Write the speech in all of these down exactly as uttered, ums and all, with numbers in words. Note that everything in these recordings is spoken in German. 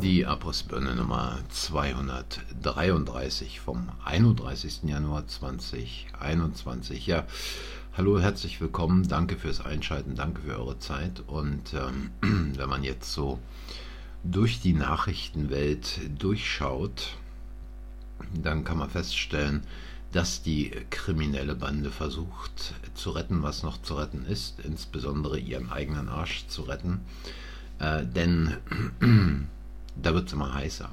Die Abrissbirne Nummer zweihundertdreiunddreißig vom einunddreißigsten Januar zweitausendeinundzwanzig. Ja, hallo, herzlich willkommen, danke fürs Einschalten, danke für eure Zeit. Und ähm, wenn man jetzt so durch die Nachrichtenwelt durchschaut, dann kann man feststellen, dass die kriminelle Bande versucht zu retten, was noch zu retten ist, insbesondere ihren eigenen Arsch zu retten. Äh, denn da wird es immer heißer.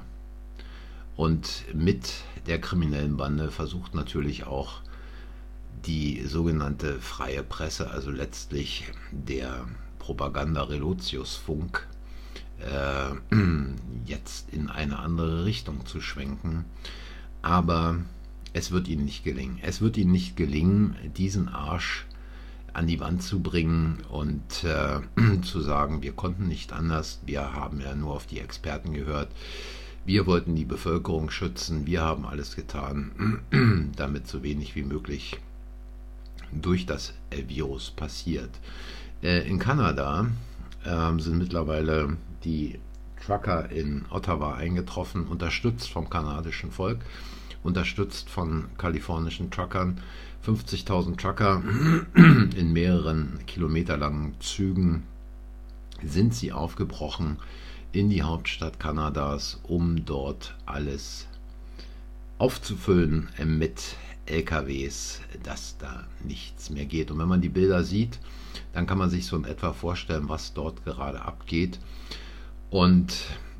Und mit der kriminellen Bande versucht natürlich auch die sogenannte freie Presse, also letztlich der Propaganda-Relotius-Funk, äh, jetzt in eine andere Richtung zu schwenken. Aber es wird ihnen nicht gelingen. Es wird ihnen nicht gelingen, diesen Arsch an die Wand zu bringen und äh, zu sagen, wir konnten nicht anders, wir haben ja nur auf die Experten gehört, wir wollten die Bevölkerung schützen, wir haben alles getan, damit so wenig wie möglich durch das Virus passiert. Äh, in Kanada äh, sind mittlerweile die Trucker in Ottawa eingetroffen, unterstützt vom kanadischen Volk, unterstützt von kalifornischen Truckern. fünfzigtausend Trucker in mehreren kilometerlangen Zügen sind sie aufgebrochen in die Hauptstadt Kanadas, um dort alles aufzufüllen mit L K Ws, dass da nichts mehr geht. Und wenn man die Bilder sieht, dann kann man sich so in etwa vorstellen, was dort gerade abgeht. Und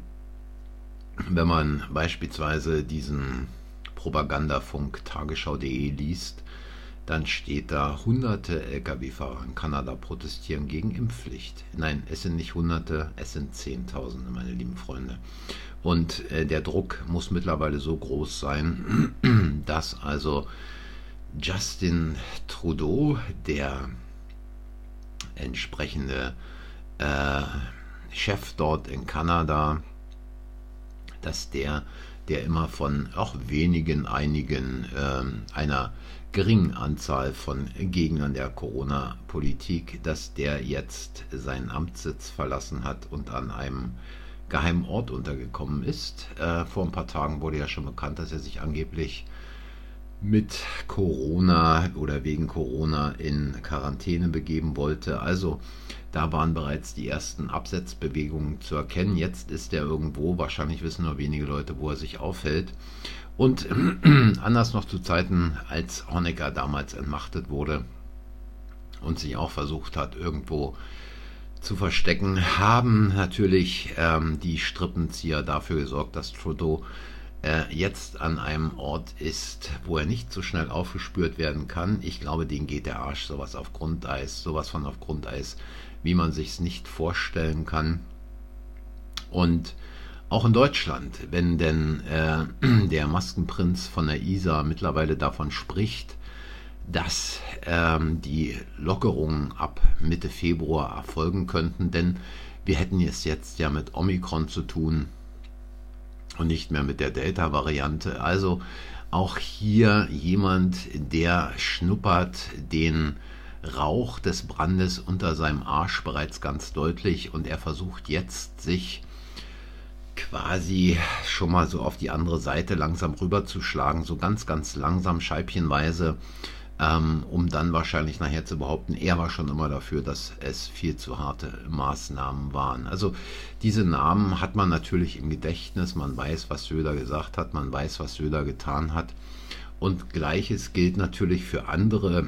wenn man beispielsweise diesen Propagandafunk tagesschau punkt de liest, dann steht da, hunderte L K W-Fahrer in Kanada protestieren gegen Impfpflicht. Nein, es sind nicht hunderte, es sind Zehntausende, meine lieben Freunde. Und äh, der Druck muss mittlerweile so groß sein, dass also Justin Trudeau, der entsprechende äh, Chef dort in Kanada, dass der der immer von auch wenigen, einigen, äh, einer geringen Anzahl von Gegnern der Corona-Politik, dass der jetzt seinen Amtssitz verlassen hat und an einem geheimen Ort untergekommen ist. Äh, vor ein paar Tagen wurde ja schon bekannt, dass er sich angeblich mit Corona oder wegen Corona in Quarantäne begeben wollte. Also da waren bereits die ersten Absetzbewegungen zu erkennen. Jetzt ist er irgendwo, wahrscheinlich wissen nur wenige Leute, wo er sich aufhält. Und anders noch zu Zeiten, als Honecker damals entmachtet wurde und sich auch versucht hat, irgendwo zu verstecken, haben natürlich ähm, die Strippenzieher dafür gesorgt, dass Trudeau jetzt an einem Ort ist, wo er nicht so schnell aufgespürt werden kann. Ich glaube, denen geht der Arsch sowas auf Grundeis, sowas von auf Grundeis, wie man sich es nicht vorstellen kann. Und auch in Deutschland, wenn denn äh, der Maskenprinz von der Isar mittlerweile davon spricht, dass ähm, die Lockerungen ab Mitte Februar erfolgen könnten, denn wir hätten es jetzt ja mit Omikron zu tun, und nicht mehr mit der Delta-Variante. Also auch hier jemand, der schnuppert den Rauch des Brandes unter seinem Arsch bereits ganz deutlich und er versucht jetzt, sich quasi schon mal so auf die andere Seite langsam rüberzuschlagen, so ganz, ganz langsam, scheibchenweise, ähm, um dann wahrscheinlich nachher zu behaupten, er war schon immer dafür, dass es viel zu harte Maßnahmen waren. Also diese Namen hat man natürlich im Gedächtnis, man weiß, was Söder gesagt hat, man weiß, was Söder getan hat. Und Gleiches gilt natürlich für andere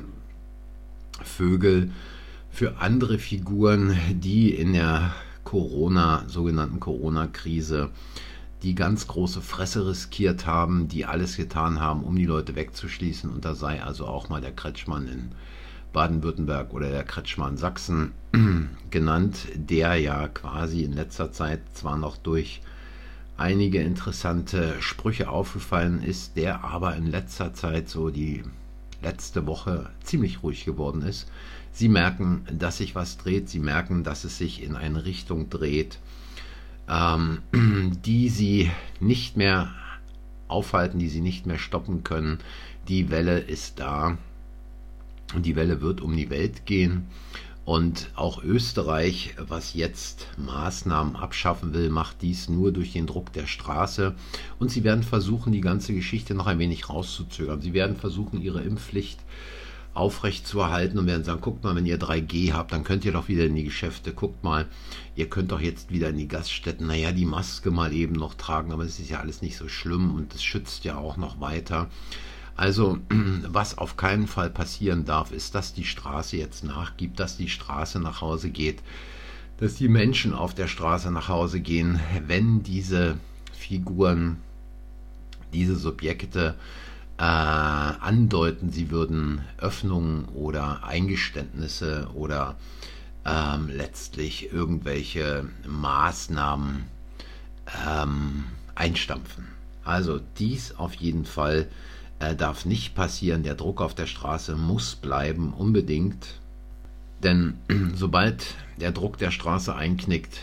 Vögel, für andere Figuren, die in der Corona, sogenannten Corona-Krise, die ganz große Fresse riskiert haben, die alles getan haben, um die Leute wegzuschließen. Und da sei also auch mal der Kretschmann in Baden-Württemberg oder der Kretschmann in Sachsen genannt, der ja quasi in letzter Zeit zwar noch durch einige interessante Sprüche aufgefallen ist, der aber in letzter Zeit, so die letzte Woche, ziemlich ruhig geworden ist. Sie merken, dass sich was dreht, sie merken, dass es sich in eine Richtung dreht, ähm, die sie nicht mehr aufhalten, die sie nicht mehr stoppen können. Die Welle ist da und die Welle wird um die Welt gehen Und auch Österreich, was jetzt Maßnahmen abschaffen will, macht dies nur durch den Druck der Straße. Und sie werden versuchen, die ganze Geschichte noch ein wenig rauszuzögern. Sie werden versuchen, ihre Impfpflicht aufrechtzuerhalten und werden sagen, guckt mal, wenn ihr drei G habt, dann könnt ihr doch wieder in die Geschäfte. Guckt mal, ihr könnt doch jetzt wieder in die Gaststätten, naja, die Maske mal eben noch tragen, aber es ist ja alles nicht so schlimm und es schützt ja auch noch weiter. Also, was auf keinen Fall passieren darf, ist, dass die Straße jetzt nachgibt, dass die Straße nach Hause geht, dass die Menschen auf der Straße nach Hause gehen, wenn diese Figuren, diese Subjekte äh, andeuten, sie würden Öffnungen oder Eingeständnisse oder ähm, letztlich irgendwelche Maßnahmen ähm, einstampfen. Also dies auf jeden Fall äh, darf nicht passieren. Der Druck auf der Straße muss bleiben, unbedingt. Denn sobald der Druck der Straße einknickt,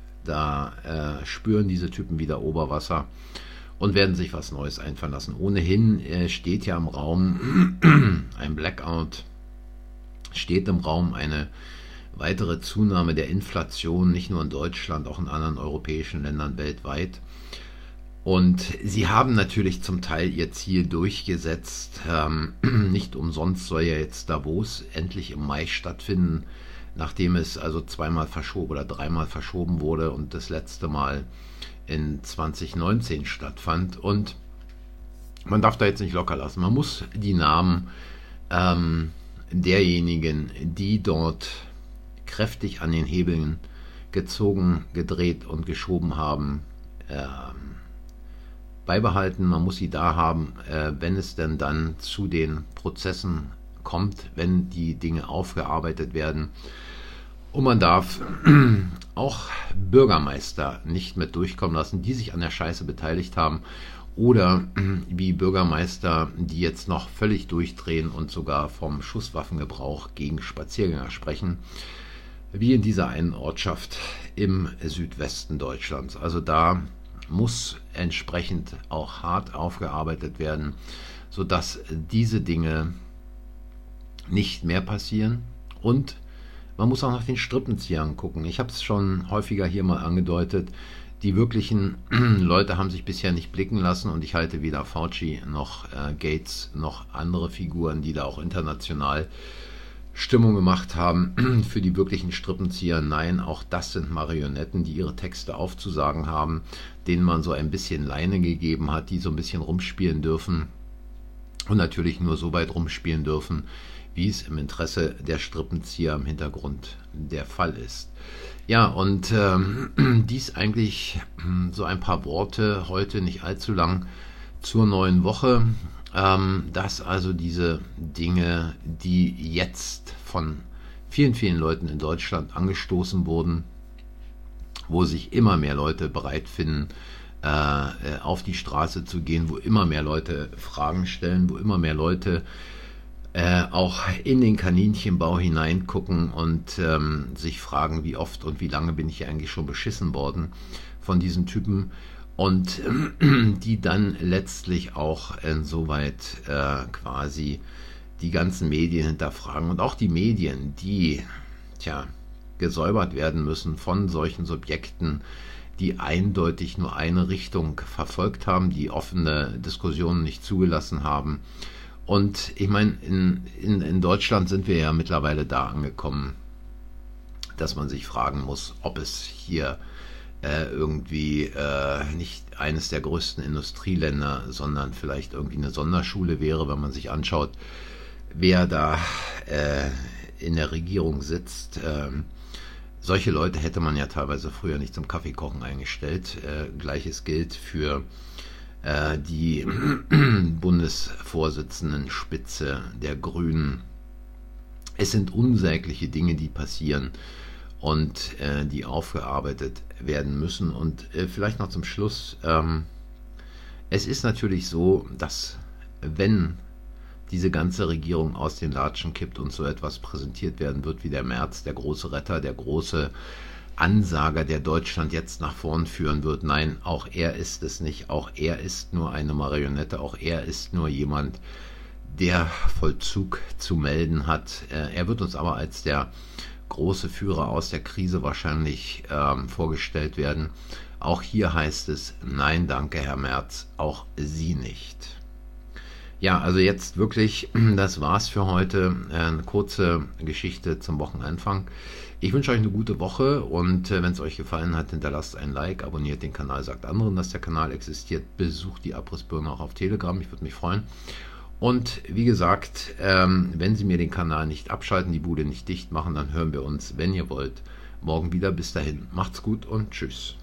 da äh, spüren diese Typen wieder Oberwasser und werden sich was Neues einfallen lassen. Ohnehin äh, steht ja im Raum ein Blackout, steht im Raum eine weitere Zunahme der Inflation, nicht nur in Deutschland, auch in anderen europäischen Ländern weltweit. Und sie haben natürlich zum Teil ihr Ziel durchgesetzt. Ähm, nicht umsonst soll ja jetzt Davos endlich im Mai stattfinden, nachdem es also zweimal verschoben oder dreimal verschoben wurde und das letzte Mal in zwanzig neunzehn stattfand. Und man darf da jetzt nicht locker lassen. Man muss die Namen ähm, derjenigen, die dort kräftig an den Hebeln gezogen, gedreht und geschoben haben, ähm, beibehalten. Man muss sie da haben, äh, wenn es denn dann zu den Prozessen kommt, wenn die Dinge aufgearbeitet werden. Und man darf auch Bürgermeister nicht mit durchkommen lassen, die sich an der Scheiße beteiligt haben, oder wie Bürgermeister, die jetzt noch völlig durchdrehen und sogar vom Schusswaffengebrauch gegen Spaziergänger sprechen, wie in dieser einen Ortschaft im Südwesten Deutschlands. Also da muss entsprechend auch hart aufgearbeitet werden, sodass diese Dinge nicht mehr passieren. Und man muss auch nach den Strippenziehern gucken. Ich habe es schon häufiger hier mal angedeutet. Die wirklichen Leute haben sich bisher nicht blicken lassen und ich halte weder Fauci noch äh, Gates noch andere Figuren, die da auch international Stimmung gemacht haben, für die wirklichen Strippenzieher. Nein, auch das sind Marionetten, die ihre Texte aufzusagen haben, denen man so ein bisschen Leine gegeben hat, die so ein bisschen rumspielen dürfen und natürlich nur so weit rumspielen dürfen, wie es im Interesse der Strippenzieher im Hintergrund der Fall ist. Ja, und ähm, dies eigentlich so ein paar Worte heute, nicht allzu lang, zur neuen Woche. Ähm, dass also diese Dinge, die jetzt von vielen, vielen Leuten in Deutschland angestoßen wurden, wo sich immer mehr Leute bereit finden, äh, auf die Straße zu gehen, wo immer mehr Leute Fragen stellen, wo immer mehr Leute äh, auch in den Kaninchenbau hineingucken und ähm, sich fragen, wie oft und wie lange bin ich hier eigentlich schon beschissen worden von diesen Typen. Und äh, die dann letztlich auch insoweit äh, quasi die ganzen Medien hinterfragen und auch die Medien, die tja, gesäubert werden müssen von solchen Subjekten, die eindeutig nur eine Richtung verfolgt haben, die offene Diskussionen nicht zugelassen haben. Und ich meine, in, in, in Deutschland sind wir ja mittlerweile da angekommen, dass man sich fragen muss, ob es hier Äh, irgendwie äh, nicht eines der größten Industrieländer, sondern vielleicht irgendwie eine Sonderschule wäre, wenn man sich anschaut, wer da äh, in der Regierung sitzt. Ähm, solche Leute hätte man ja teilweise früher nicht zum Kaffeekochen eingestellt. Äh, Gleiches gilt für äh, die Bundesvorsitzendenspitze der Grünen. Es sind unsägliche Dinge, die passieren und äh, die aufgearbeitet werden müssen. Und äh, vielleicht noch zum Schluss, ähm, es ist natürlich so, dass wenn diese ganze Regierung aus den Latschen kippt und so etwas präsentiert werden wird wie der Merz, der große Retter, der große Ansager, der Deutschland jetzt nach vorn führen wird, nein, auch er ist es nicht, auch er ist nur eine Marionette, auch er ist nur jemand, der Vollzug zu melden hat. Äh, er wird uns aber als der große Führer aus der Krise wahrscheinlich ähm, vorgestellt werden. Auch hier heißt es, nein, danke, Herr Merz, auch Sie nicht. Ja, also jetzt wirklich, das war's für heute. Eine kurze Geschichte zum Wochenanfang. Ich wünsche euch eine gute Woche und wenn es euch gefallen hat, hinterlasst ein Like, abonniert den Kanal, sagt anderen, dass der Kanal existiert, besucht die Abrissbirne auch auf Telegram, ich würde mich freuen. Und wie gesagt, wenn Sie mir den Kanal nicht abschalten, die Bude nicht dicht machen, dann hören wir uns, wenn ihr wollt, morgen wieder. Bis dahin, macht's gut und tschüss.